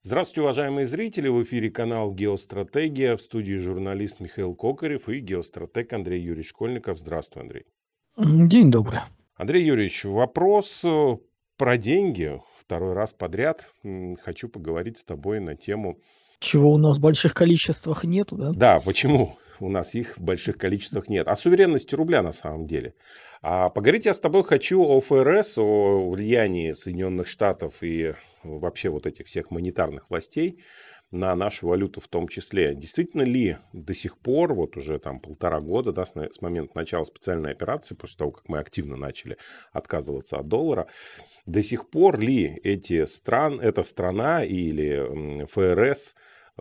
Здравствуйте, уважаемые зрители! В эфире канал «Геостратегия». В студии журналист Михаил Кокарев и геостратег Андрей Юрьевич Школьников. Здравствуй, Андрей. День добрый. Андрей Юрьевич, вопрос про деньги. Второй раз подряд хочу поговорить с тобой на тему... Чего у нас в больших количествах нету, да? Да, почему у нас их в больших количествах нет? О суверенности рубля на самом деле. А поговорить я с тобой хочу о ФРС, о влиянии Соединенных Штатов и вообще вот этих всех монетарных властей на нашу валюту в том числе. Действительно ли до сих пор, вот уже там 1,5 года, да, с момента начала специальной операции, после того, как мы активно начали отказываться от доллара, до сих пор ли эта страна или ФРС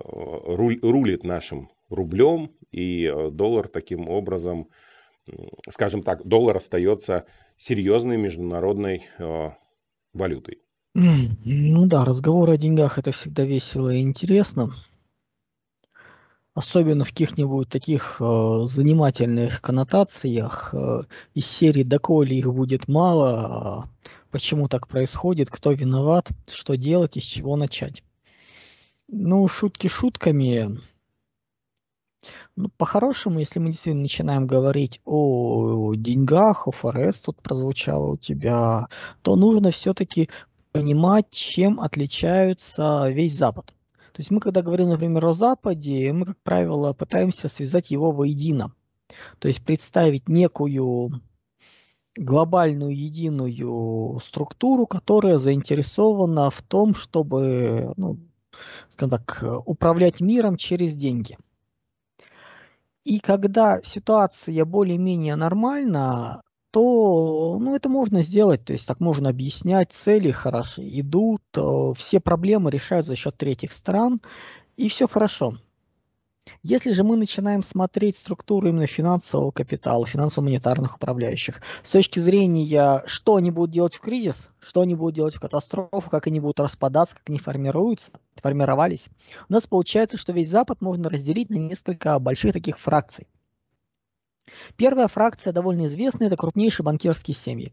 рулит нашим рублем, и доллар таким образом, скажем так, доллар остается серьезной международной валютой? Ну да, разговоры о деньгах это всегда весело и интересно. Особенно в каких-нибудь таких занимательных коннотациях из серии «Доколе их будет мало», почему так происходит, кто виноват, что делать и с чего начать. Ну, шутки шутками. Ну, по-хорошему, если мы действительно начинаем говорить о деньгах, о ФРС тут прозвучало у тебя, то нужно все-таки понимать, чем отличается весь Запад. То есть мы, когда говорим, например, о Западе, мы, как правило, пытаемся связать его воедино. То есть представить некую глобальную единую структуру, которая заинтересована в том, чтобы, ну, скажем так, управлять миром через деньги. И когда ситуация более-менее нормальна, то ну, это можно сделать, то есть так можно объяснять, цели хорошо идут, все проблемы решают за счет третьих стран, и все хорошо. Если же мы начинаем смотреть структуру именно финансового капитала, финансово-монетарных управляющих, с точки зрения, что они будут делать в кризис, что они будут делать в катастрофу, как они будут распадаться, как они формировались, у нас получается, что весь Запад можно разделить на несколько больших таких фракций. Первая фракция довольно известная, это крупнейшие банкирские семьи.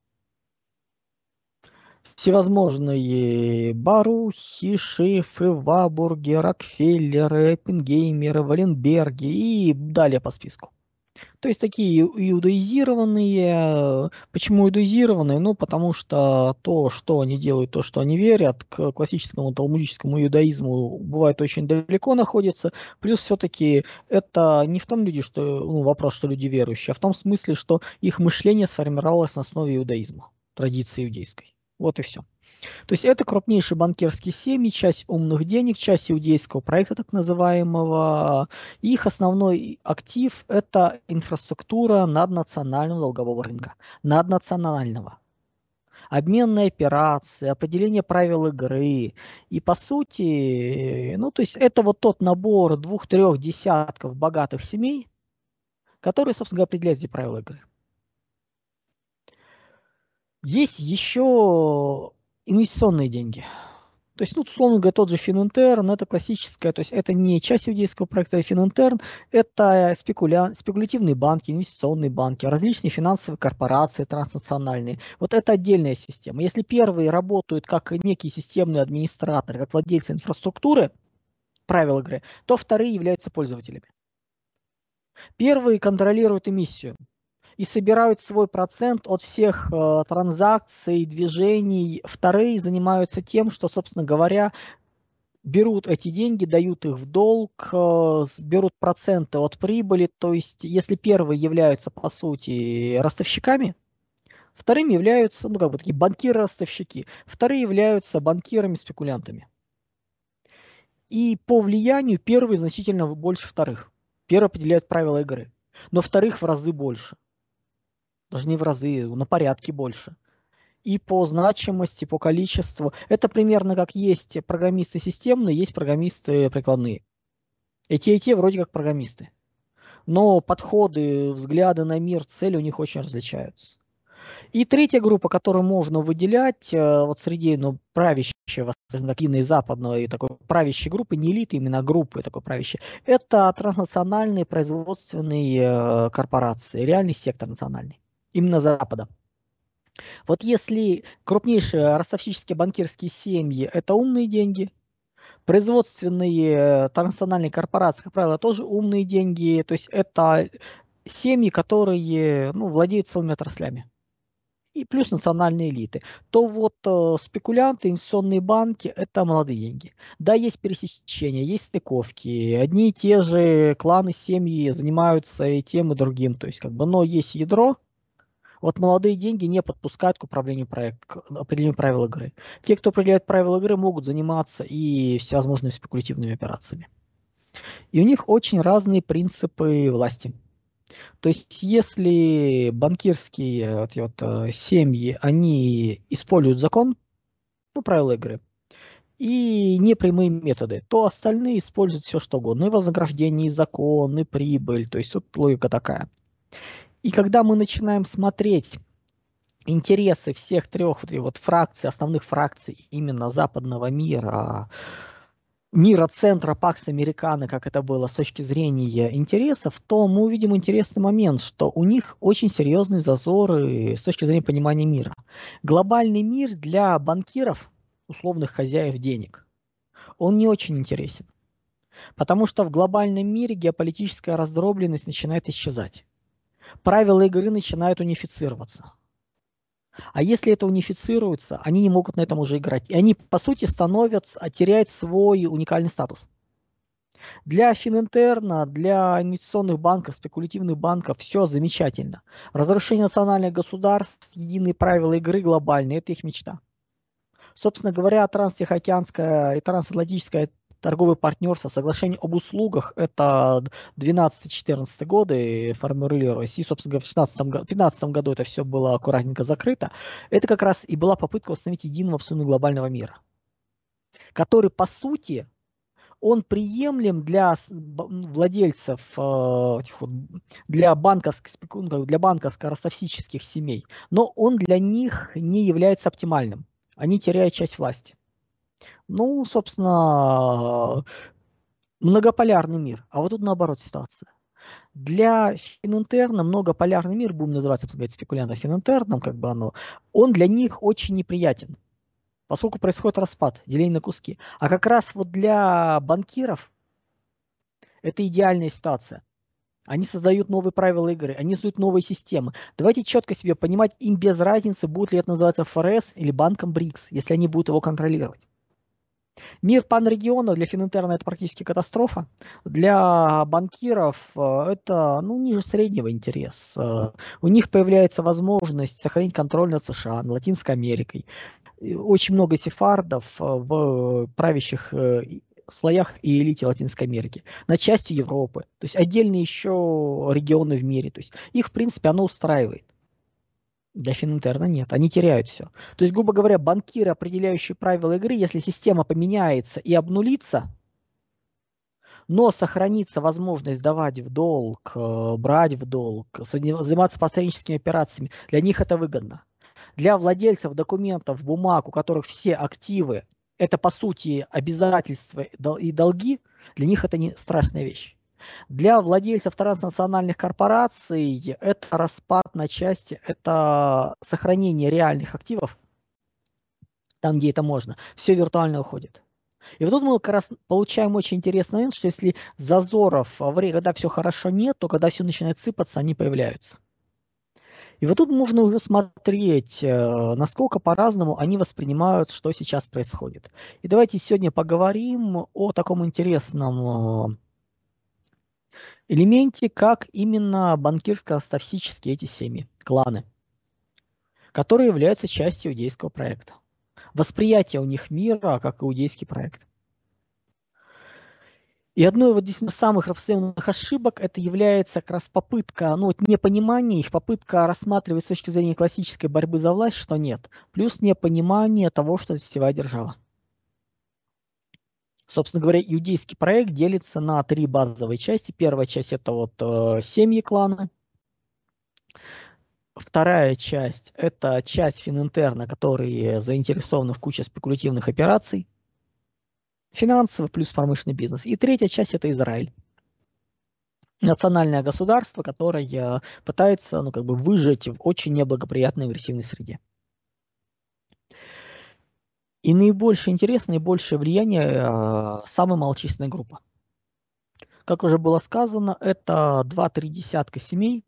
Всевозможные Барухи, Шифы, Вабурги, Рокфеллеры, Эппенгеймеры, Валенберги и далее по списку. То есть такие иудаизированные. Почему иудаизированные? Ну, потому что то, что они делают, то, что они верят, к классическому талмудическому иудаизму бывает очень далеко находится. Плюс все-таки это не в том люди, что, ну, вопрос, что люди верующие, а в том смысле, что их мышление сформировалось на основе иудаизма, традиции иудейской. Вот и все. То есть это крупнейшие банкирские семьи, часть умных денег, часть иудейского проекта так называемого. Их основной актив – это инфраструктура наднационального долгового рынка, наднационального. Обменные операции, определение правил игры. И по сути, ну то есть это вот тот набор 2-3 десятков богатых семей, которые, собственно говоря, определяют эти правила игры. Есть еще инвестиционные деньги. То есть, ну, условно говоря, тот же Фининтерн, это классическая, то есть это не часть иудейского проекта, а Фининтерн, это спекулятивные банки, инвестиционные банки, различные финансовые корпорации транснациональные. Вот это отдельная система. Если первые работают как некие системные администраторы, как владельцы инфраструктуры, правил игры, то вторые являются пользователями. Первые контролируют эмиссию и собирают свой процент от всех транзакций, движений. Вторые занимаются тем, что, собственно говоря, берут эти деньги, дают их в долг, берут проценты от прибыли. То есть, если первые являются, по сути, ростовщиками, вторыми являются, ну, как бы такие банкиры-ростовщики, вторые являются банкирами-спекулянтами. И по влиянию первые значительно больше вторых. Первые определяют правила игры, но вторых в разы больше. Даже не в разы, на порядке больше. И по значимости, по количеству. Это примерно как есть программисты системные, есть программисты прикладные. И те вроде как программисты. Но подходы, взгляды на мир, цели у них очень различаются. И третья группа, которую можно выделять вот среди правящего, и западного, и такой правящей группы, не элиты, именно группы такой правящей, это транснациональные производственные корпорации, реальный сектор национальный, именно Запада. Вот если крупнейшие ростовщические банкирские семьи – это умные деньги, Производственные транснациональные корпорации, как правило, тоже умные деньги. То есть это семьи, которые владеют целыми отраслями. И плюс национальные элиты. То вот спекулянты, инвестиционные банки– это молодые деньги. Да, есть пересечения, есть стыковки. Одни и те же кланы, семьи занимаются и тем, и другим. То есть, но есть ядро. Вот молодые деньги не подпускают к управлению к определению правил игры. Те, кто определяет правила игры, могут заниматься и всевозможными спекулятивными операциями. И у них очень разные принципы власти. То есть, если банкирские семьи, они используют закон, правила игры, и непрямые методы, то остальные используют все, что угодно. И вознаграждение, и закон, и прибыль. То есть, тут логика такая. И когда мы начинаем смотреть интересы всех трех фракций, основных фракций именно западного мира центра Пакс Американо, как это было с точки зрения интересов, то мы увидим интересный момент, что у них очень серьезные зазоры с точки зрения понимания мира. Глобальный мир для банкиров, условных хозяев денег, он не очень интересен. Потому что в глобальном мире геополитическая раздробленность начинает исчезать. Правила игры начинают унифицироваться. А если это унифицируется, они не могут на этом уже играть. И они, по сути, теряют свой уникальный статус. Для Фининтерна, для инвестиционных банков, спекулятивных банков все замечательно. Разрушение национальных государств, единые правила игры глобальные– это их мечта. Собственно говоря, транстихоокеанское и трансатлантическое торговое партнерство, соглашение об услугах, это 12-14 годы формулировалось, и, собственно говоря, в 2015 году это все было аккуратненько закрыто. Это как раз и была попытка установить единого абсолютно глобального мира, который, по сути, он приемлем для владельцев, для банковско-ростовсических семей, но он для них не является оптимальным. Они теряют часть власти. Собственно, многополярный мир. А вот тут наоборот ситуация. Для Фининтерна многополярный мир, будем называть, собственно говоря, спекулянтов Фининтерном, он для них очень неприятен, поскольку происходит распад, деление на куски. А как раз вот для банкиров это идеальная ситуация. Они создают новые правила игры, они создают новые системы. Давайте четко себе понимать, им без разницы, будет ли это называться ФРС или банком БРИКС, если они будут его контролировать. Мир панрегиона для Фининтерна это практически катастрофа. Для банкиров это ниже среднего интерес. У них появляется возможность сохранить контроль над США, над Латинской Америкой. Очень много сефардов в правящих слоях и элите Латинской Америки, над частью Европы. То есть отдельные еще регионы в мире. То есть их, в принципе, оно устраивает. Для Фининтерна нет, они теряют все. То есть, грубо говоря, банкиры, определяющие правила игры, если система поменяется и обнулится, но сохранится возможность давать в долг, брать в долг, заниматься посредническими операциями, для них это выгодно. Для владельцев документов, бумаг, у которых все активы, это по сути обязательства и долги, для них это не страшная вещь. Для владельцев транснациональных корпораций это распад на части, это сохранение реальных активов, там, где это можно. Все виртуально уходит. И вот тут мы как раз получаем очень интересный момент, что если зазоров, когда все хорошо нет, то когда все начинает сыпаться, они появляются. И вот тут можно уже смотреть, насколько по-разному они воспринимают, что сейчас происходит. И давайте сегодня поговорим о таком интересном элементе, как именно банкирско-ростовсические эти семьи, кланы, которые являются частью иудейского проекта. Восприятие у них мира как иудейский проект. И одной из самых распространенных ошибок это является как раз попытка, непонимание их, попытка рассматривать с точки зрения классической борьбы за власть, что нет, плюс непонимание того, что это сетевая держава. Собственно говоря, иудейский проект делится на 3 базовые части. Первая часть это семьи кланы. Вторая часть это часть Фининтерна, которые заинтересованы в куче спекулятивных операций. Финансовый плюс промышленный бизнес. И третья часть это Израиль. Национальное государство, которое пытается выжить в очень неблагоприятной агрессивной среде. И наибольшее интерес, наибольшее влияние самая малочисленная группа. Как уже было сказано, это 2-3 десятка семей.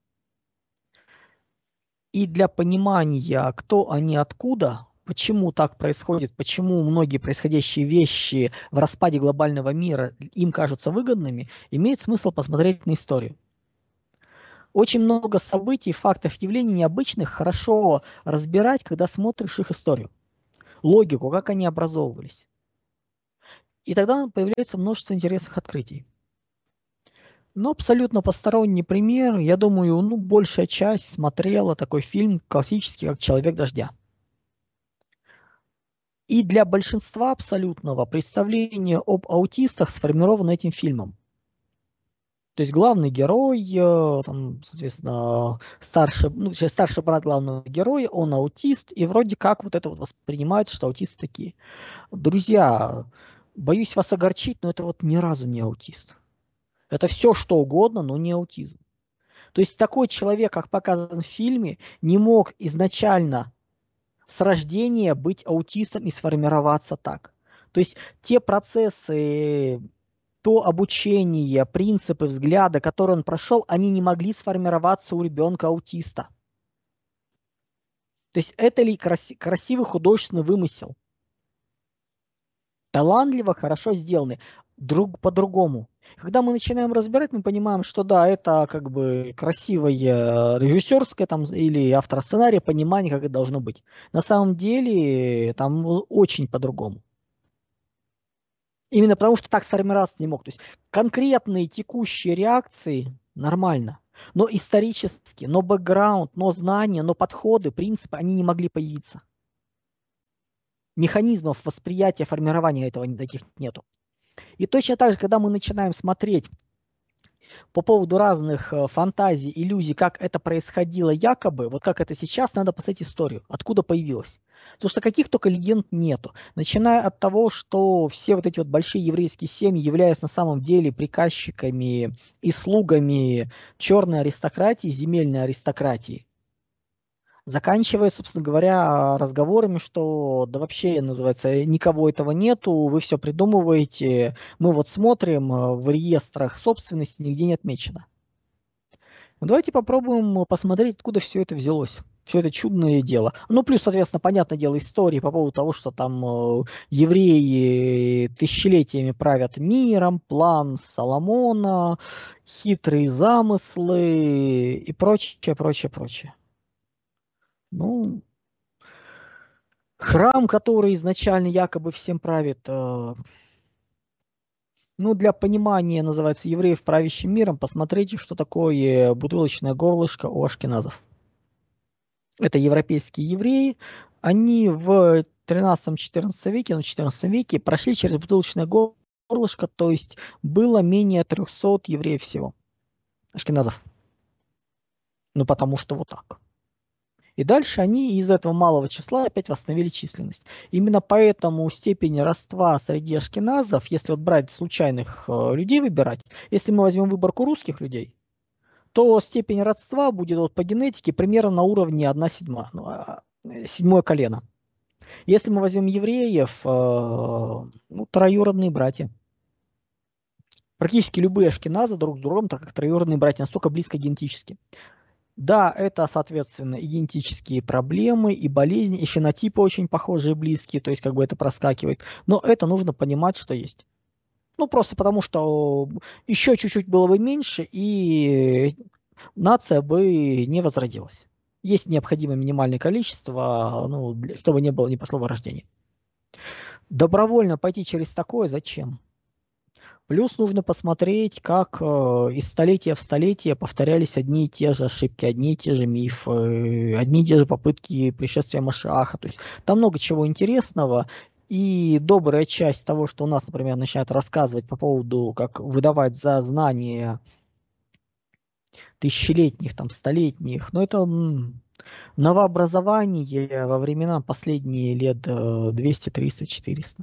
И для понимания, кто они, откуда, почему так происходит, почему многие происходящие вещи в распаде глобального мира им кажутся выгодными, имеет смысл посмотреть на историю. Очень много событий, фактов, явлений необычных хорошо разбирать, когда смотришь их историю, логику, как они образовывались. И тогда появляется множество интересных открытий. Но абсолютно посторонний пример, я думаю, большая часть смотрела такой фильм классический, как «Человек дождя». И для большинства абсолютного представление об аутистах сформировано этим фильмом. То есть главный герой, там, соответственно, старший брат главного героя, он аутист, и вроде как вот это вот воспринимается, что аутисты такие. Друзья, боюсь вас огорчить, но это вот ни разу не аутист. Это все что угодно, но не аутизм. То есть такой человек, как показан в фильме, не мог изначально с рождения быть аутистом и сформироваться так. То есть те процессы, то обучение, принципы, взгляды, которые он прошел, они не могли сформироваться у ребенка-аутиста. То есть это ли красивый художественный вымысел? Талантливо, хорошо сделаны, по-другому. Когда мы начинаем разбирать, мы понимаем, что да, это как бы красивое режиссерское там, или автор сценария понимание, как это должно быть. На самом деле там очень по-другому. Именно потому, что так сформироваться не мог. То есть конкретные текущие реакции нормально. Но исторически, но бэкграунд, но знания, но подходы, принципы, они не могли появиться. Механизмов восприятия, формирования этого таких нету. И точно так же, когда мы начинаем смотреть по поводу разных фантазий, иллюзий, как это происходило якобы, вот как это сейчас, надо посмотреть историю, откуда появилось. Потому что каких только легенд нету. Начиная от того, что все вот эти вот большие еврейские семьи являются на самом деле приказчиками и слугами черной аристократии, земельной аристократии. Заканчивая, собственно говоря, разговорами, что да вообще, называется, никого этого нету, вы все придумываете, мы вот смотрим в реестрах собственности, нигде не отмечено. Ну, давайте попробуем посмотреть, откуда все это взялось. Все это чудное дело. Ну, плюс, соответственно, понятное дело, истории по поводу того, что там евреи тысячелетиями правят миром, план Соломона, хитрые замыслы и прочее, прочее, прочее. Ну, храм, который изначально якобы всем правит, ну, для понимания, называется, евреев правящим миром, посмотрите, что такое бутылочное горлышко у ашкеназов. Это европейские евреи, они в 13-14 веке, ну, 14 веке прошли через бутылочное горлышко, то есть было менее 300 евреев всего, ашкеназов. Ну, потому что вот так. И дальше они из этого малого числа опять восстановили численность. Именно поэтому степень родства среди ашкеназов, если вот брать случайных людей выбирать, если мы возьмем выборку русских людей, то степень родства будет вот по генетике примерно на уровне 1/7, седьмое колено. Если мы возьмем евреев, ну, троюродные братья. Практически любые ашкеназы друг с другом, так как троюродные братья, настолько близко генетически. Да, это, соответственно, и генетические проблемы, и болезни, и фенотипы очень похожие, близкие, то есть как бы это проскакивает. Но это нужно понимать, что есть. Ну, просто потому что еще чуть-чуть было бы меньше, и нация бы не возродилась. Есть необходимое минимальное количество, ну, чтобы не пошло вырождение. Добровольно пойти через такое зачем? Плюс нужно посмотреть, как из столетия в столетие повторялись одни и те же ошибки, одни и те же мифы, одни и те же попытки пришествия Машиаха. То есть там много чего интересного. И добрая часть того, что у нас, например, начинают рассказывать по поводу, как выдавать за знания тысячелетних, там, столетних, но это новообразование во времена последние лет 200, 300, 400.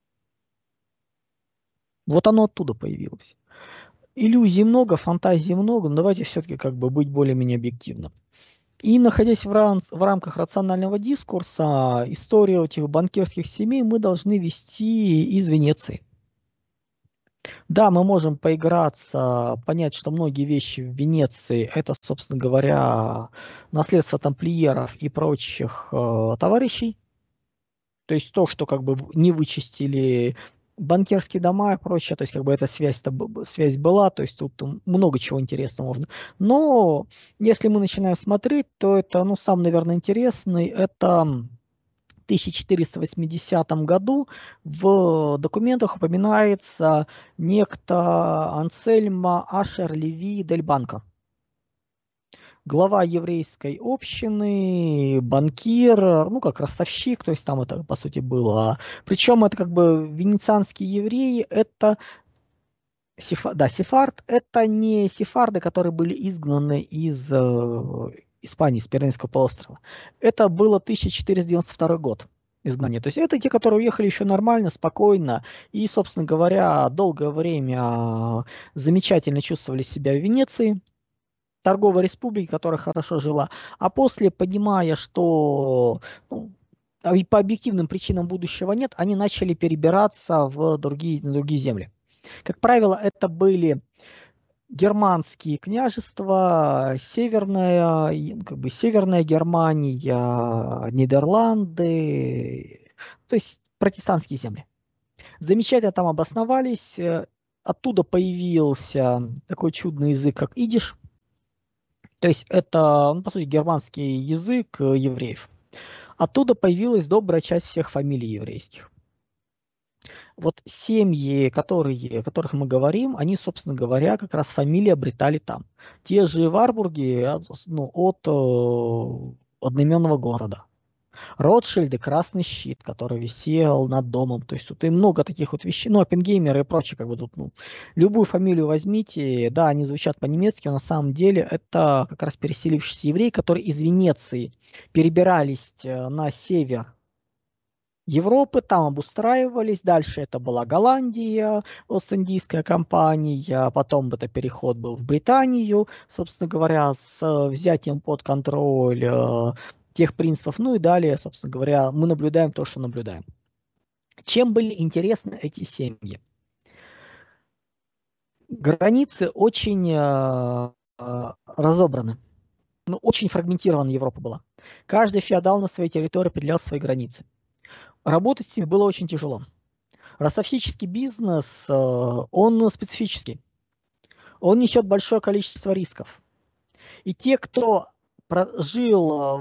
Вот оно оттуда появилось. Иллюзий много, фантазий много, но давайте все-таки как бы быть более-менее объективным. И находясь в рамках рационального дискурса, историю этих банкирских семей мы должны вести из Венеции. Да, мы можем поиграться, понять, что многие вещи в Венеции это, собственно говоря, наследство тамплиеров и прочих товарищей. То есть то, что как бы не вычистили банкирские дома и прочее, то есть как бы эта связь была, то есть тут много чего интересного можно. Но если мы начинаем смотреть, то это, ну, сам, наверное, интересный, это в 1480 году в документах упоминается некто Ансельмо Ашер Леви Дель Банко, глава еврейской общины, банкир, ну, как ростовщик, то есть там это, по сути, было. Причем это как бы венецианские евреи, это сефард, это не сефарды, которые были изгнаны из Испании, с Пиренейского полуострова. Это было 1492 год изгнания. То есть это те, которые уехали еще нормально, спокойно и, собственно говоря, долгое время замечательно чувствовали себя в Венеции, торговой республики, которая хорошо жила, а после, понимая, что ну, и по объективным причинам будущего нет, они начали перебираться на другие земли. Как правило, это были германские княжества, северная Германия, Нидерланды, то есть протестантские земли. Замечательно там обосновались, оттуда появился такой чудный язык, как идиш. То есть это, ну, по сути, германский язык евреев. Оттуда появилась добрая часть всех фамилий еврейских. Вот семьи, о которых мы говорим, они, собственно говоря, как раз фамилии обретали там. Те же Варбурги, ну, от одноименного города. Ротшильды, Красный щит, который висел над домом. То есть тут и много таких вот вещей. Ну, Оппенгеймеры и прочее, как бы тут, ну, любую фамилию возьмите, да, они звучат по-немецки, но на самом деле это как раз переселившиеся евреи, которые из Венеции перебирались на север Европы, там обустраивались. Дальше это была Голландия, Ост-Индийская компания, потом это переход был в Британию, собственно говоря, с взятием под контроль тех принципов. Ну и далее, собственно говоря, мы наблюдаем то, что наблюдаем. Чем были интересны эти семьи? Границы очень разобраны. Ну, очень фрагментирована Европа была. Каждый феодал на своей территории определял свои границы. Работать с ними было очень тяжело. Ростовщический бизнес, он специфический. Он несет большое количество рисков. И те, кто жил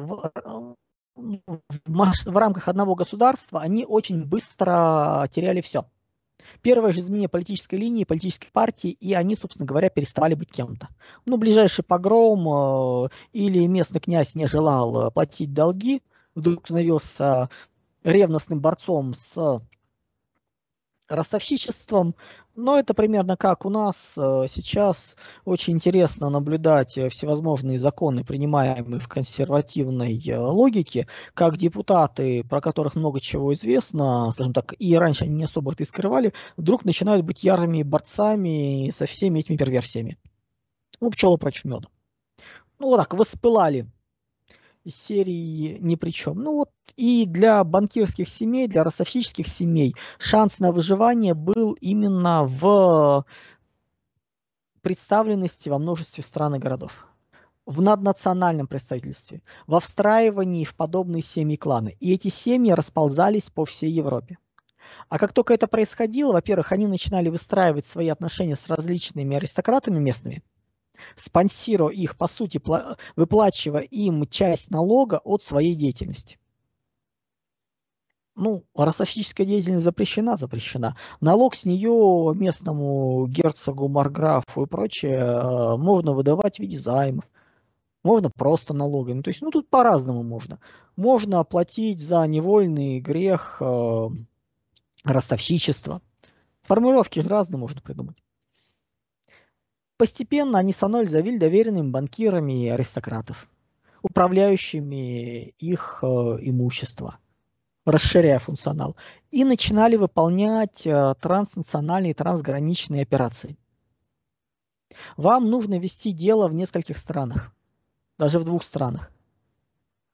в рамках одного государства, они очень быстро теряли все. Первое же изменение политической линии, политической партии, и они, собственно говоря, переставали быть кем-то. Ну, ближайший погром или местный князь не желал платить долги, вдруг становился ревностным борцом с ростовщичеством, но это примерно как у нас сейчас. Очень интересно наблюдать всевозможные законы, принимаемые в консервативной логике, как депутаты, про которых много чего известно, скажем так, и раньше они не особо это и скрывали, вдруг начинают быть ярыми борцами со всеми этими перверсиями. Ну, пчелы против меда. Ну, вот так, воспылали из серии ни при чем. Ну вот и для банкирских семей, для ростовщических семей шанс на выживание был именно в представленности во множестве стран и городов, в наднациональном представительстве, во встраивании в подобные семьи кланы. И эти семьи расползались по всей Европе. А как только это происходило, во-первых, они начинали выстраивать свои отношения с различными аристократами местными, спонсируя их, по сути, выплачивая им часть налога от своей деятельности. Ну, ростовщическая деятельность запрещена. Налог с нее местному герцогу, марграфу и прочее можно выдавать в виде займов. Можно просто налогами. То есть, ну, тут по-разному можно. Можно оплатить за невольный грех ростовщичества. Формулировки же разные можно придумать. Постепенно они становились доверенными банкирами аристократов, управляющими их имущество, расширяя функционал, и начинали выполнять транснациональные, трансграничные операции. Вам нужно вести дело в нескольких странах, даже в 2 странах.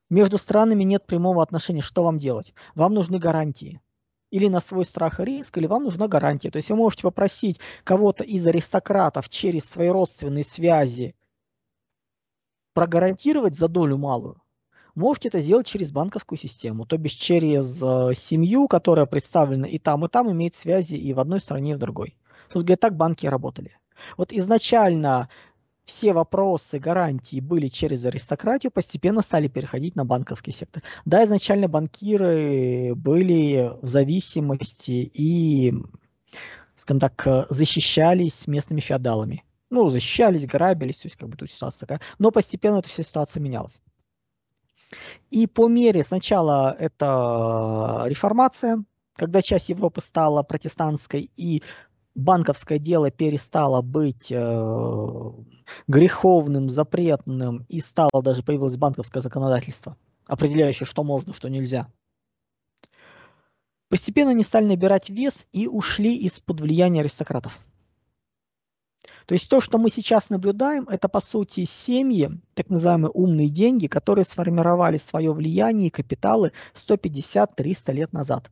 Между странами нет прямого отношения, что вам делать. Вам нужны гарантии. Или на свой страх и риск, или вам нужна гарантия. То есть вы можете попросить кого-то из аристократов через свои родственные связи прогарантировать за долю малую. Можете это сделать через банковскую систему, то бишь через семью, которая представлена и там, имеет связи и в одной стране, и в другой. Тут, говорят, так банки работали. Вот изначально все вопросы гарантии были через аристократию, постепенно стали переходить на банковский сектор. Да, изначально банкиры были в зависимости и, скажем так, защищались местными феодалами. Ну, защищались, грабились, то есть как бы тут ситуация такая. Но постепенно эта вся ситуация менялась. И по мере сначала это реформация, когда часть Европы стала протестантской и банковское дело перестало быть греховным, запретным, и стало даже появилось банковское законодательство, определяющее, что можно, что нельзя. Постепенно они стали набирать вес и ушли из-под влияния аристократов. То есть то, что мы сейчас наблюдаем, это по сути семьи, так называемые умные деньги, которые сформировали свое влияние и капиталы 150-300 лет назад.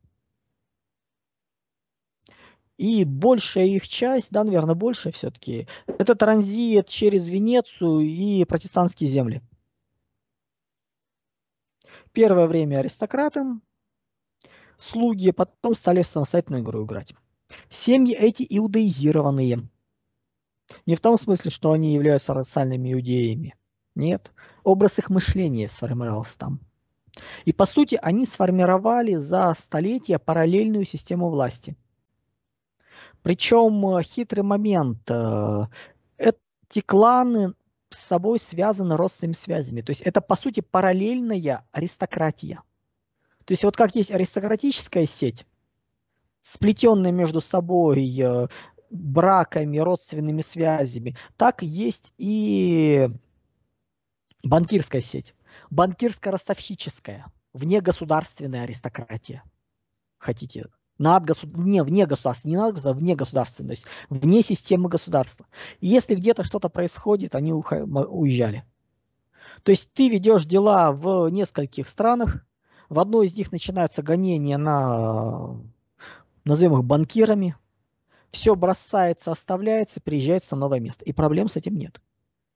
И большая их часть, да, наверное, большая все-таки, это транзит через Венецию и протестантские земли. Первое время аристократы, слуги, потом стали самостоятельную игру играть. Семьи эти иудаизированные. Не в том смысле, что они являются рациональными иудеями. Нет. Образ их мышления сформировался там. И по сути они сформировали за столетия параллельную систему власти. Причем хитрый момент. Эти кланы с собой связаны родственными связями. То есть это по сути параллельная аристократия. То есть вот как есть аристократическая сеть, сплетенная между собой браками, родственными связями, так есть и банкирская сеть. Банкирско-ростовщическая, внегосударственная аристократия. Хотите? Не вне государства, не над государством, вне государства, то есть вне системы государства. И если где-то что-то происходит, они уезжали. То есть ты ведешь дела в нескольких странах, в одной из них начинаются гонения на, назовем их банкирами, все бросается, оставляется, приезжается на новое место. И проблем с этим нет.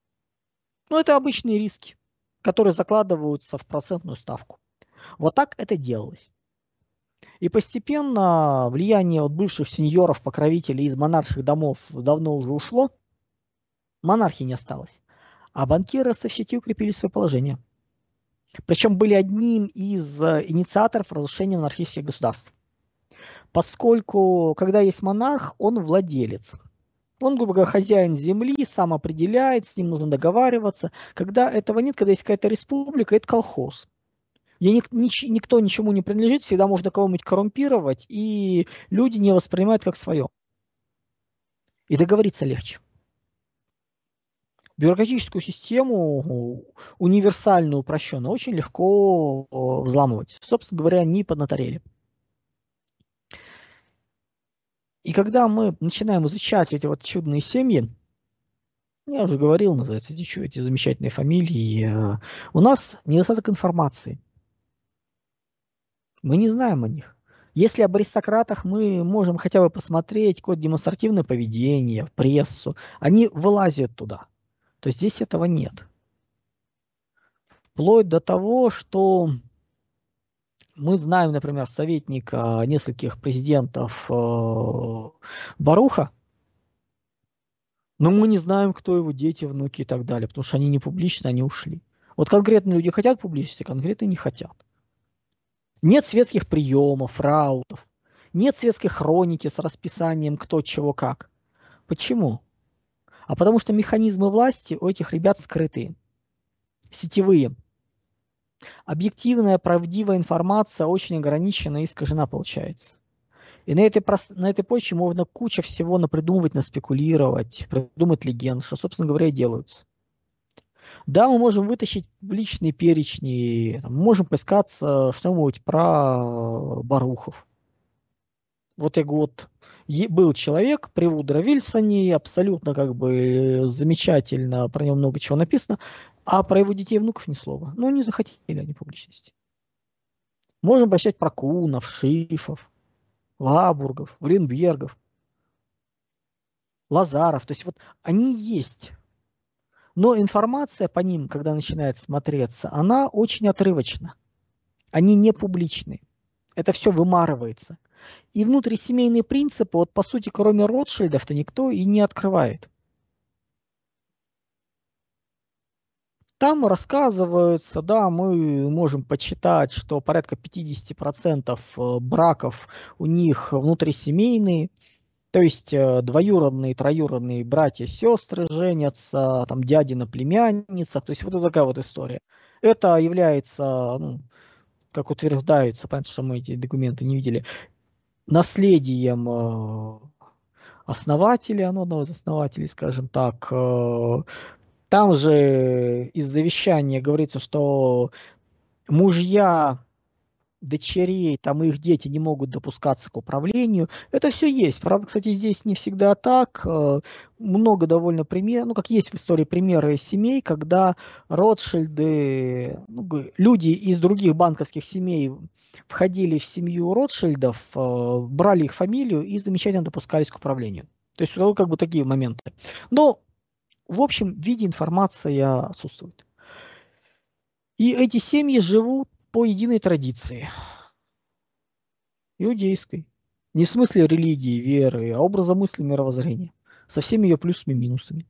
Но это обычные риски, которые закладываются в процентную ставку. Вот так это делалось. И постепенно влияние от бывших сеньоров, покровителей из монарших домов давно уже ушло, монархии не осталось. А банкиры ростовщики укрепили свое положение. Причем были одним из инициаторов разрушения монархических государств. Поскольку, когда есть монарх, он владелец. Он, грубо говоря, хозяин земли, сам определяет, с ним нужно договариваться. Когда этого нет, когда есть какая-то республика, это колхоз. Где никто ничему не принадлежит, всегда можно кого-нибудь коррумпировать, и люди не воспринимают как свое. И договориться легче. Бюрократическую систему, универсальную, упрощенную, очень легко взламывать. Собственно говоря, они поднаторели. И когда мы начинаем изучать эти вот чудные семьи, я уже говорил, называется эти замечательные фамилии, у нас недостаток информации. Мы не знаем о них. Если об аристократах мы можем хотя бы посмотреть какое-то демонстративное поведение, прессу, они вылазят туда. То здесь этого нет. Вплоть до того, что мы знаем, например, советника нескольких президентов Баруха, но мы не знаем, кто его дети, внуки и так далее, потому что они не публичны, они ушли. Вот конкретно люди хотят публичности, конкретно не хотят. Нет светских приемов, раутов, нет светской хроники с расписанием кто, чего, как. Почему? А потому что механизмы власти у этих ребят скрытые, сетевые. Объективная, правдивая информация очень ограничена и искажена получается. И на этой почве можно куча всего напридумывать, наспекулировать, придумать легенд, что, собственно говоря, и делаются. Да, мы можем вытащить личные перечни, можем поискаться что-нибудь про Барухов. Вот я говорю, вот был человек при Вудро Вильсоне, абсолютно как бы замечательно, про него много чего написано. А про его детей и внуков ни слова. Ну, не захотели они публичности. Можем прочитать про Кунов, Шифов, Лабургов, Вринбергов, Лазаров. То есть вот они есть. Но информация по ним, когда начинает смотреться, она очень отрывочна. Они не публичны. Это все вымарывается. И внутрисемейные принципы, вот по сути, кроме Ротшильдов-то никто и не открывает. Там рассказываются, да, мы можем почитать, что порядка 50% браков у них внутрисемейные, то есть двоюродные, троюродные братья, сестры женятся, там дяди на племянницах, то есть вот такая вот история. Это является, ну, как утверждается, понятно, что мы эти документы не видели, наследием основателя, ну, одного из основателей, скажем так. Там же из завещания говорится, что мужья дочерей, там их дети не могут допускаться к управлению. Это все есть. Правда, кстати, здесь не всегда так. Много довольно примеров, ну, как есть в истории примеры семей, когда Ротшильды, ну, люди из других банковских семей входили в семью Ротшильдов, брали их фамилию и замечательно допускались к управлению. То есть, ну, как бы такие моменты. Но, в общем, в виде информация отсутствует. И эти семьи живут по единой традиции. Иудейской. Не в смысле религии, веры, а образа мысли, мировоззрения. Со всеми ее плюсами и минусами.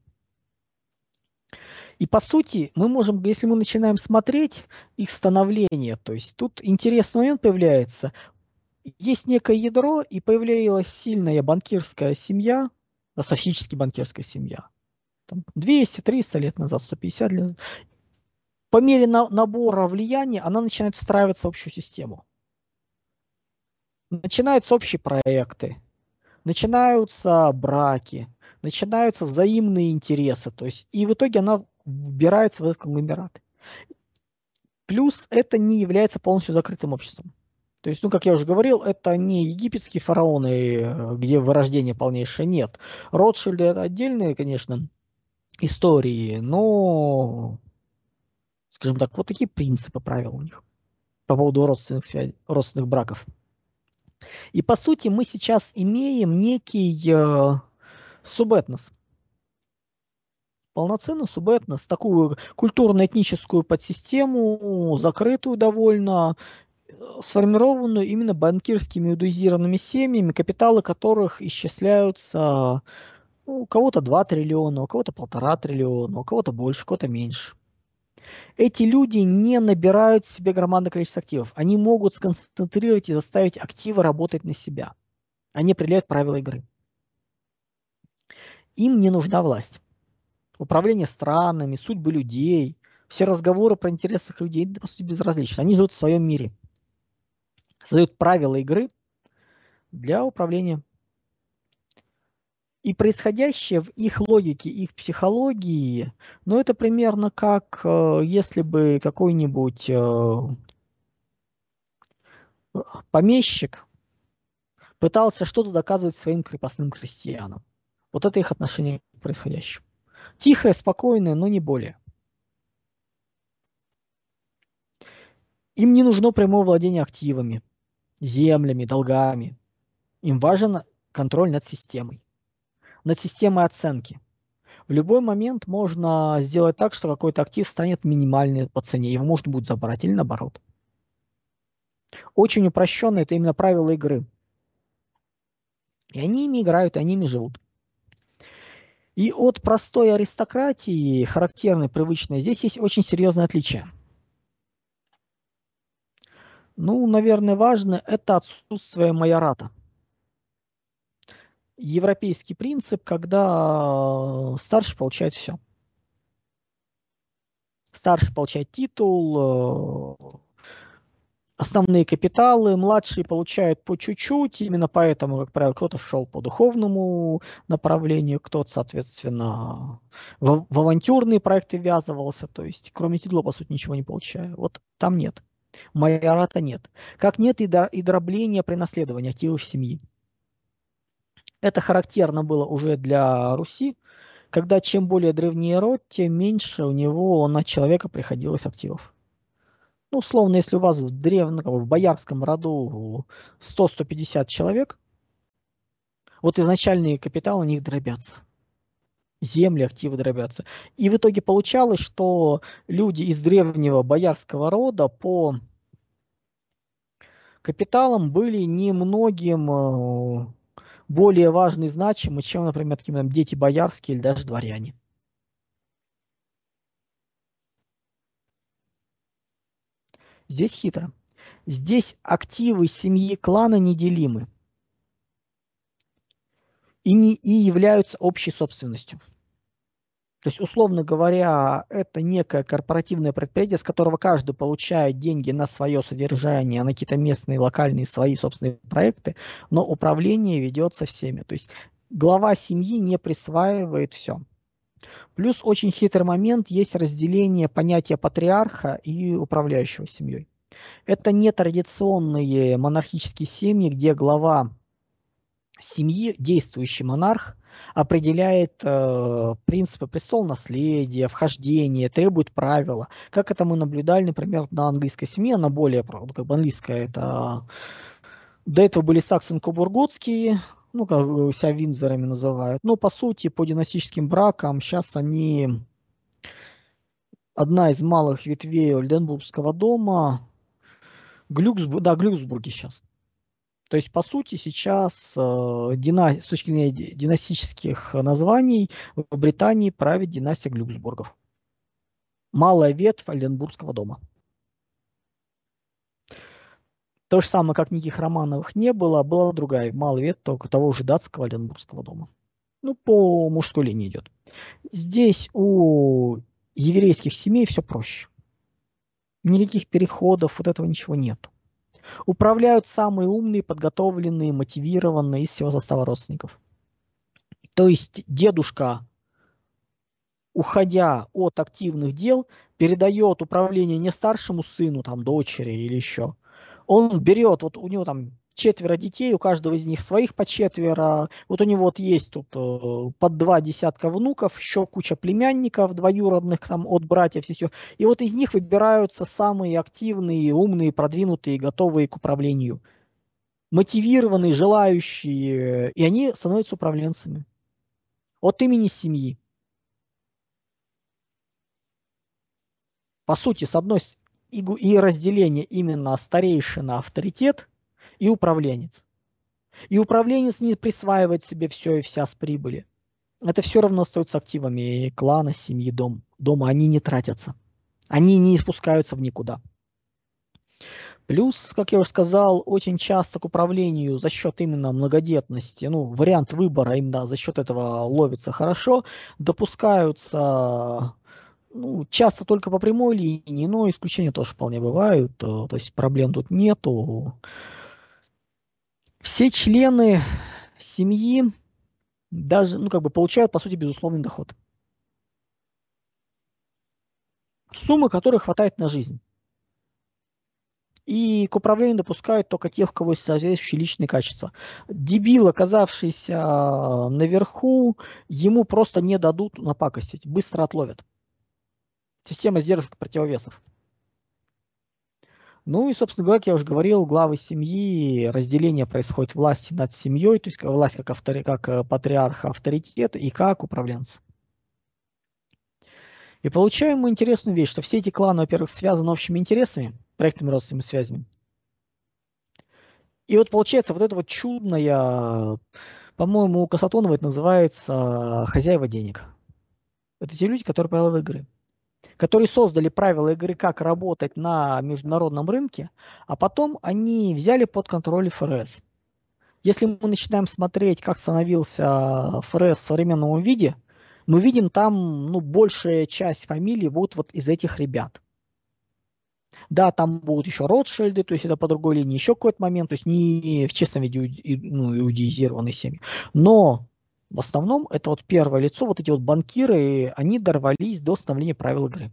И по сути, мы можем, если мы начинаем смотреть их становление, то есть тут интересный момент появляется. Есть некое ядро, и появилась сильная банкирская семья, фактически банкирская семья. Там 200-300 лет назад, 150 лет назад. По мере набора влияния она начинает встраиваться в общую систему. Начинаются общие проекты, начинаются браки, начинаются взаимные интересы. То есть, и в итоге она вбирается в этот конгломерат. Плюс это не является полностью закрытым обществом. То есть, ну, как я уже говорил, это не египетские фараоны, где вырождение полнейшее, нет. Ротшильды — это отдельные, конечно, истории, но, скажем так, вот такие принципы, правила у них по поводу родственных связей, родственных браков. И по сути мы сейчас имеем некий субэтнос. Полноценный субэтнос, такую культурно-этническую подсистему, закрытую довольно, сформированную именно банкирскими иудоизированными семьями, капиталы которых исчисляются, ну, у кого-то 2 триллиона, у кого-то 1,5 триллиона, у кого-то больше, у кого-то меньше. Эти люди не набирают себе громадное количество активов. Они могут сконцентрировать и заставить активы работать на себя. Они определяют правила игры. Им не нужна власть. Управление странами, судьбы людей, все разговоры про интересы людей, по сути, безразличны. Они живут в своем мире. Создают правила игры для управления. И происходящее в их логике, их психологии, ну, это примерно как если бы какой-нибудь помещик пытался что-то доказывать своим крепостным крестьянам. Вот это их отношение к происходящему. Тихое, спокойное, но не более. Им не нужно прямое владение активами, землями, долгами. Им важен контроль над системой, над системой оценки. В любой момент можно сделать так, что какой-то актив станет минимальный по цене, его можно будет забрать или наоборот. Очень упрощенно это именно правила игры. И они ими играют, и они ими живут. И от простой аристократии, характерной, привычной, здесь есть очень серьезное отличие. Ну, наверное, важно это отсутствие майората. Европейский принцип, когда старший получает все. Старший получает титул, основные капиталы, младшие получают по чуть-чуть, именно поэтому, как правило, кто-то шел по духовному направлению, кто-то, соответственно, в авантюрные проекты ввязывался, то есть кроме титула, по сути, ничего не получаю. Вот там нет. Майората нет. Как нет и дробления при наследовании активов семьи. Это характерно было уже для Руси, когда чем более древний род, тем меньше у него на человека приходилось активов. Ну, условно, если у вас в боярском роду 100-150 человек, вот изначальные капиталы у них дробятся. Земли, активы дробятся. И в итоге получалось, что люди из древнего боярского рода по капиталам были немногим более важны и значимы, чем, например, такие там, дети боярские или даже дворяне. Здесь хитро. Здесь активы семьи клана неделимы и являются общей собственностью. То есть, условно говоря, это некое корпоративное предприятие, с которого каждый получает деньги на свое содержание, на какие-то местные, локальные, свои собственные проекты, но управление ведется всеми. То есть глава семьи не присваивает все. Плюс очень хитрый момент, есть разделение понятия патриарха и управляющего семьей. Это не традиционные монархические семьи, где глава семьи, действующий монарх, определяет принципы престол наследия, вхождения, требует правила. Как это мы наблюдали, например, на английской семье, она более, ну, как бы английская, это до этого были саксон-кобурготские, ну, как себя Виндзорами называют. Но, по сути, по династическим бракам сейчас они одна из малых ветвей Ольденбургского дома. Глюксбурги сейчас. То есть, по сути, сейчас с точки зрения династических названий в Британии правит династия Глюксбургов. Малая ветвь Ольденбургского дома. То же самое, как никаких Романовых не было, была другая малая ветвь того же датского Ольденбургского дома. Ну, по мужской линии идет. Здесь у еврейских семей все проще. Никаких переходов, вот этого ничего нет. Управляют самые умные, подготовленные, мотивированные из всего состава родственников. То есть дедушка, уходя от активных дел, передает управление не старшему сыну, там, дочери или еще. Он берет, вот у него там 4 детей, у каждого из них своих по 4. Вот у него вот есть тут под 2 десятка внуков, еще куча племянников двоюродных там от братьев, сестер. И вот из них выбираются самые активные, умные, продвинутые, готовые к управлению. Мотивированные, желающие, и они становятся управленцами от имени семьи. По сути, с одной и разделение именно старейшина, авторитет и управленец. И управленец не присваивает себе все и вся с прибыли. Это все равно остается активами клана, семьи, дома. Они не тратятся. Они не спускаются в никуда. Плюс, как я уже сказал, очень часто к управлению за счет именно многодетности, ну, вариант выбора именно за счет этого ловится хорошо, допускаются часто только по прямой линии, но исключения тоже вполне бывают, то есть проблем тут нету. Все члены семьи даже, получают, по сути, безусловный доход. Суммы, которой хватает на жизнь. И к управлению допускают только тех, у кого есть соответствующие личные качества. Дебил, оказавшийся наверху, ему просто не дадут напакостить, быстро отловят. Система сдержек противовесов. Ну и, собственно говоря, как я уже говорил, главы семьи, разделение происходит власти над семьей, то есть власть как патриарха, авторитет и как управленца. И получаем мы интересную вещь, что все эти кланы, во-первых, связаны общими интересами, проектами, родственными связями. И вот получается вот это вот чудное, по-моему, у Касатонова это называется хозяева денег. Это те люди, которые правила игры. Которые создали правила игры, как работать на международном рынке, а потом они взяли под контроль ФРС. Если мы начинаем смотреть, как становился ФРС в современном виде, мы видим там, большая часть фамилий будут вот из этих ребят. Да, там будут еще Ротшильды, то есть это по другой линии еще какой-то момент, то есть не в чистом виде иудеизированные семьи. Но в основном это вот первое лицо, вот эти вот банкиры, они дорвались до становления правил игры.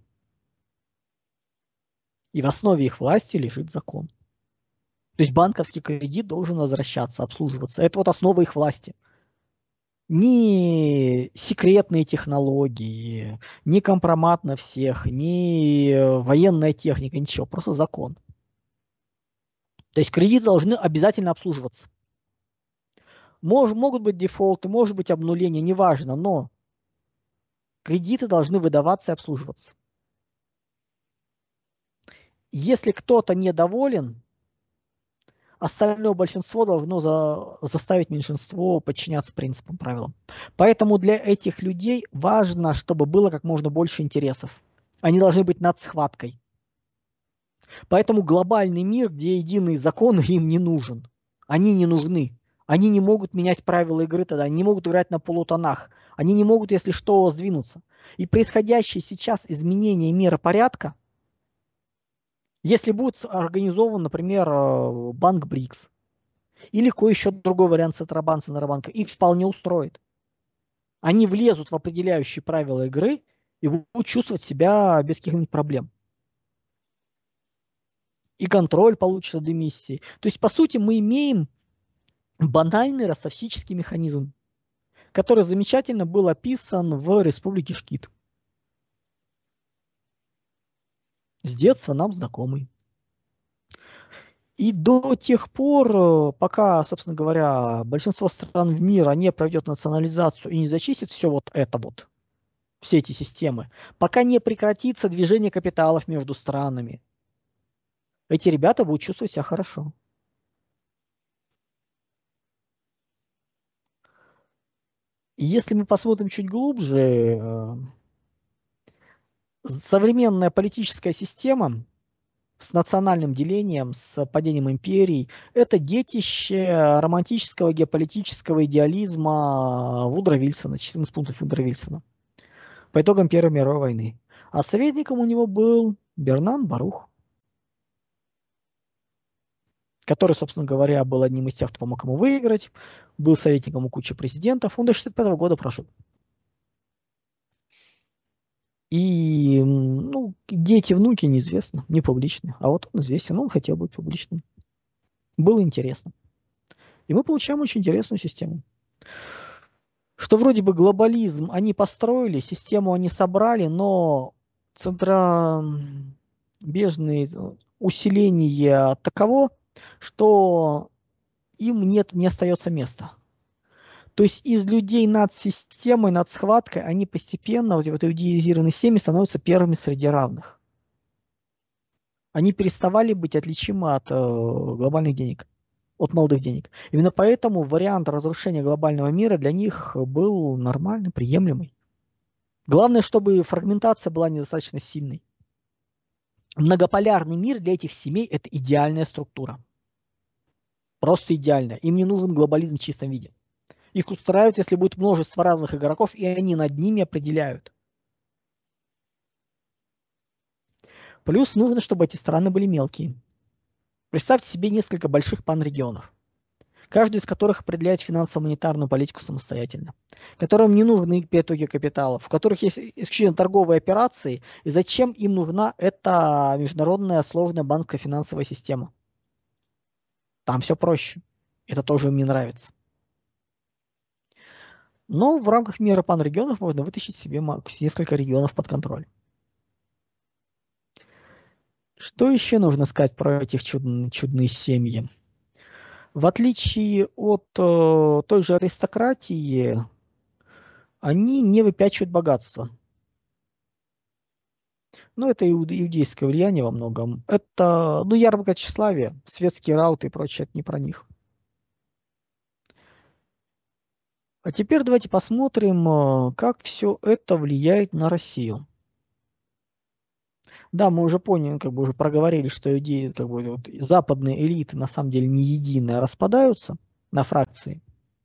И в основе их власти лежит закон. То есть банковский кредит должен возвращаться, обслуживаться. Это вот основа их власти. Ни секретные технологии, ни компромат на всех, ни военная техника, ничего, просто закон. То есть кредиты должны обязательно обслуживаться. Могут быть дефолты, может быть обнуление, неважно, но кредиты должны выдаваться и обслуживаться. Если кто-то недоволен, остальное большинство должно заставить меньшинство подчиняться принципам, правилам. Поэтому для этих людей важно, чтобы было как можно больше интересов. Они должны быть над схваткой. Поэтому глобальный мир, где единый закон им не нужен. Они не нужны. Они не могут менять правила игры тогда, они не могут играть на полутонах. Они не могут, если что, сдвинуться. И происходящее сейчас изменение миропорядка, если будет организован, например, банк БРИКС, или какой еще другой вариант Центробанка, их вполне устроит. Они влезут в определяющие правила игры и будут чувствовать себя без каких-нибудь проблем. И контроль получится от эмиссии. То есть, по сути, мы имеем банальный ростовсический механизм, который замечательно был описан в Республике Шкит. С детства нам знакомый. И до тех пор, пока, собственно говоря, большинство стран в мире не проведет национализацию и не зачистит все вот это вот, все эти системы, пока не прекратится движение капиталов между странами, эти ребята будут чувствовать себя хорошо. И если мы посмотрим чуть глубже, современная политическая система с национальным делением, с падением империй, это детище романтического геополитического идеализма Вудро Вильсона, 14 пунктов Вудро Вильсона, по итогам Первой мировой войны. А советником у него был Бернан Барух, который, собственно говоря, был одним из тех, кто помог ему выиграть, был советником у кучи президентов, он до 1965 года прошел. И ну, дети, внуки неизвестно, не публичны. А вот он известен, он хотел быть публичным. Было интересно. И мы получаем очень интересную систему. Что вроде бы глобализм они построили, систему они собрали, но центробежное усиление таково, что им не остается места. То есть из людей над системой, над схваткой, они постепенно, вот в этой идеализированной семье, становятся первыми среди равных. Они переставали быть отличимы от глобальных денег, от молодых денег. Именно поэтому вариант разрушения глобального мира для них был нормальный, приемлемый. Главное, чтобы фрагментация была недостаточно сильной. Многополярный мир для этих семей – это идеальная структура. Просто идеальная. Им не нужен глобализм в чистом виде. Их устраивает, если будет множество разных игроков, и они над ними определяют. Плюс нужно, чтобы эти страны были мелкие. Представьте себе несколько больших панрегионов, каждый из которых определяет финансово-монетарную политику самостоятельно, которым не нужны перетоки капиталов, в которых есть исключительно торговые операции, и зачем им нужна эта международная сложная банковская финансовая система. Там все проще. Это тоже им не нравится. Но в рамках мира панрегионов можно вытащить себе несколько регионов под контроль. Что еще нужно сказать про этих чудные семьи? В отличие от той же аристократии, они не выпячивают богатство. Ну, это иудейское влияние во многом. Это, ну, ярмарка тщеславия, светские рауты и прочее, это не про них. А теперь давайте посмотрим, как все это влияет на Россию. Да, мы уже поняли, как бы уже проговорили, что идеи, как бы, вот, западные элиты на самом деле не единые, а распадаются на фракции.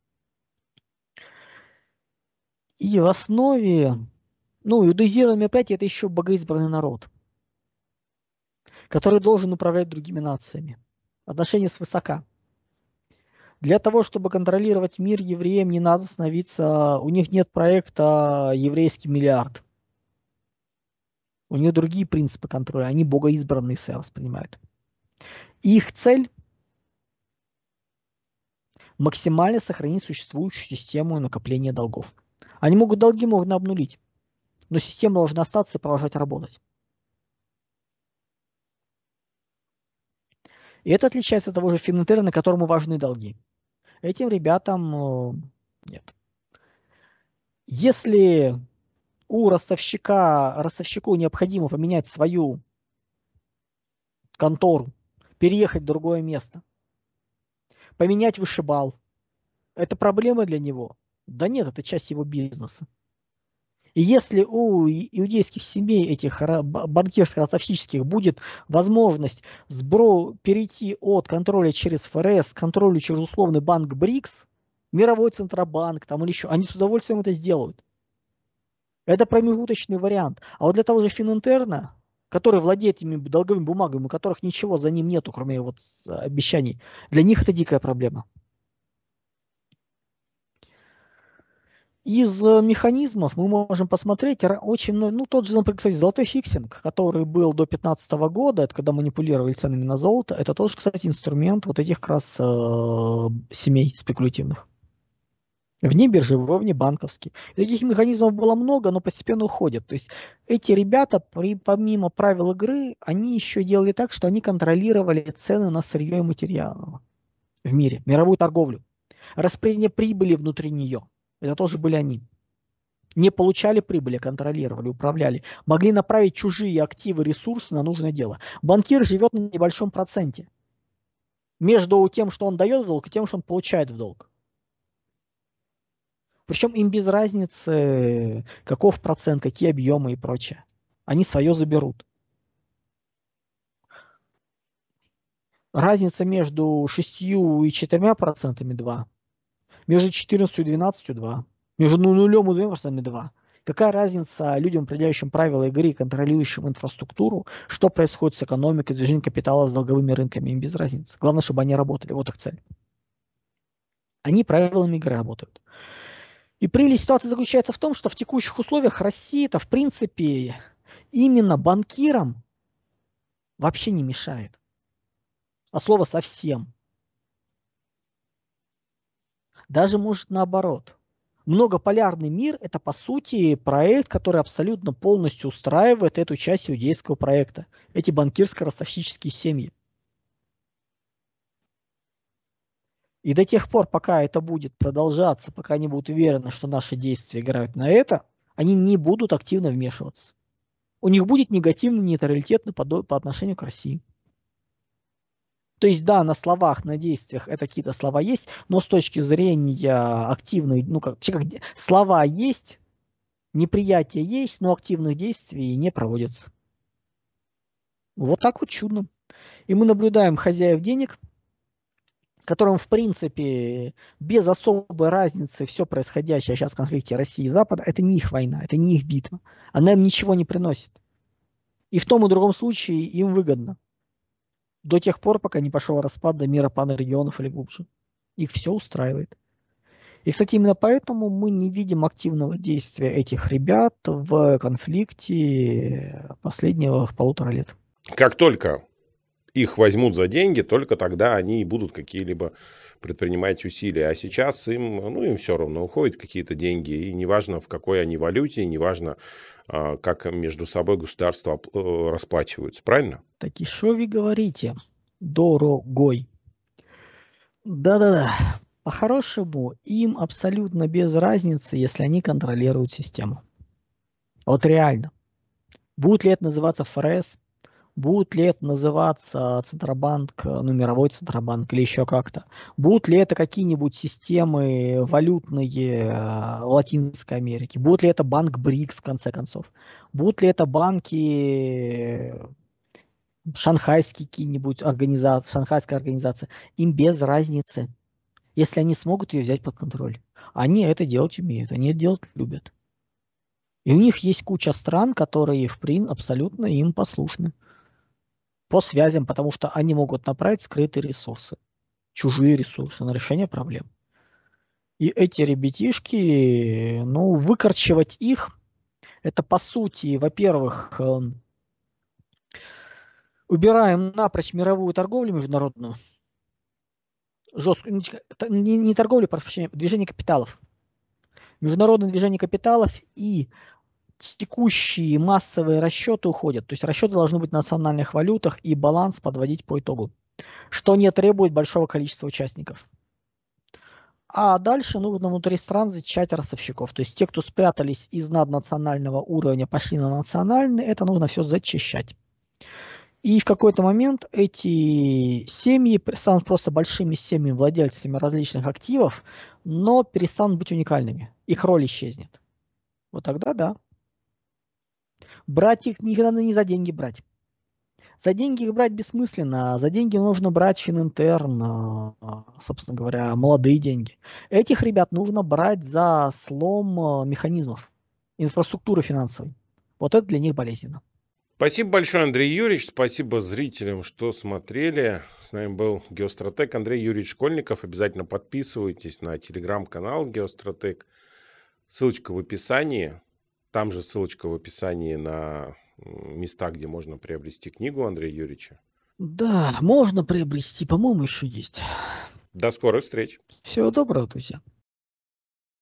И в основе, ну, иудеизированное мероприятие – это еще богоизбранный народ, который должен управлять другими нациями. Отношения свысока. Для того, чтобы контролировать мир евреям, не надо становиться, у них нет проекта «Еврейский миллиард». У них другие принципы контроля, они богоизбранные себя воспринимают. И их цель – максимально сохранить существующую систему накопления долгов. Долги можно обнулить, но система должна остаться и продолжать работать. И это отличается от того же Финэнтерна, которому важны долги. Этим ребятам нет. Если ростовщику необходимо поменять свою контору, переехать в другое место, поменять вышибал, это проблема для него? Да нет, это часть его бизнеса. И если у иудейских семей, этих банкирско-ростовщических, будет возможность перейти от контроля через ФРС к контролю через условный банк БРИКС, мировой центробанк там, или еще, они с удовольствием это сделают. Это промежуточный вариант. А вот для того же Финэнтерна, который владеет этими долговыми бумагами, у которых ничего за ним нету, кроме вот обещаний, для них это дикая проблема. Из механизмов мы можем посмотреть очень много, тот же, например, кстати, золотой фиксинг, который был до 2015 года, это когда манипулировали ценами на золото, это тоже, кстати, инструмент вот этих как раз семей спекулятивных. Вне биржевой, вне банковский. Таких механизмов было много, но постепенно уходят. То есть эти ребята, помимо правил игры, они еще делали так, что они контролировали цены на сырье и материалы в мире, мировую торговлю. Распределение прибыли внутри нее. Это тоже были они. Не получали прибыли, контролировали, управляли. Могли направить чужие активы, ресурсы на нужное дело. Банкир живет на небольшом проценте. Между тем, что он дает в долг, и тем, что он получает в долг. Причем им без разницы, каков процент, какие объемы и прочее. Они свое заберут. Разница между 6 и 4% 2. Между 14 и 12 2. Между 0 и 2% 2. Какая разница людям, определяющим правила игры, контролирующим инфраструктуру, что происходит с экономикой, с движением капитала, с долговыми рынками, им без разницы. Главное, чтобы они работали. Вот их цель. Они правилами игры работают. И прелесть ситуации заключается в том, что в текущих условиях Россия-то, в принципе, именно банкирам вообще не мешает. А слово совсем. Даже может наоборот. Многополярный мир – это, по сути, проект, который абсолютно полностью устраивает эту часть иудейского проекта. Эти банкирско-ростовщические семьи. И до тех пор, пока это будет продолжаться, пока они будут уверены, что наши действия играют на это, они не будут активно вмешиваться. У них будет негативный нейтралитет по отношению к России. То есть, да, на словах, на действиях это какие-то слова есть, но с точки зрения активной, слова есть, неприятие есть, но активных действий не проводятся. Вот так вот чудно. И мы наблюдаем хозяев денег, которым, в принципе, без особой разницы все происходящее сейчас в конфликте России и Запада, это не их война, это не их битва. Она им ничего не приносит. И в том и другом случае им выгодно. До тех пор, пока не пошел распад до мира панрегионов или глубже. Их все устраивает. И, кстати, именно поэтому мы не видим активного действия этих ребят в конфликте последних 1,5 лет. Как только их возьмут за деньги, только тогда они и будут какие-либо предпринимать усилия. А сейчас им все равно уходят какие-то деньги. И неважно, в какой они валюте, неважно, как между собой государства расплачиваются. Правильно? Так и что вы говорите, дорогой? Да-да-да. По-хорошему, им абсолютно без разницы, если они контролируют систему. Вот реально. Будет ли это называться ФРС? Будет ли это называться Центробанк, мировой Центробанк или еще как-то? Будут ли это какие-нибудь системы валютные Латинской Америки? Будет ли это банк БРИКС, в конце концов? Будут ли это банки шанхайские какие-нибудь организации, шанхайская организация? Им без разницы, если они смогут ее взять под контроль. Они это делать умеют, они это делать любят. И у них есть куча стран, которые абсолютно им послушны. По связям, потому что они могут направить скрытые ресурсы, чужие ресурсы на решение проблем. И эти ребятишки, выкорчевать их, это по сути, во-первых, убираем напрочь мировую торговлю международную, жесткую, не торговлю, прошу прощения, движение капиталов. Международное движение капиталов и текущие массовые расчеты уходят. То есть расчеты должны быть в национальных валютах и баланс подводить по итогу, что не требует большого количества участников. А дальше нужно внутри стран зачищать ростовщиков. То есть те, кто спрятались из наднационального уровня, пошли на национальный, это нужно все зачищать. И в какой-то момент эти семьи станут просто большими семьями, владельцами различных активов, но перестанут быть уникальными. Их роль исчезнет. Вот тогда да. Брать их никогда не за деньги брать. За деньги их брать бессмысленно. За деньги нужно брать Фининтерн, собственно говоря, молодые деньги. Этих ребят нужно брать за слом механизмов, инфраструктуры финансовой. Вот это для них болезненно. Спасибо большое, Андрей Юрьевич. Спасибо зрителям, что смотрели. С нами был Геостратег Андрей Юрьевич Школьников. Обязательно подписывайтесь на телеграм-канал Геостратег. Ссылочка в описании. Там же ссылочка в описании на места, где можно приобрести книгу Андрея Юрьевича. Да, можно приобрести, по-моему, еще есть. До скорых встреч. Всего доброго, друзья.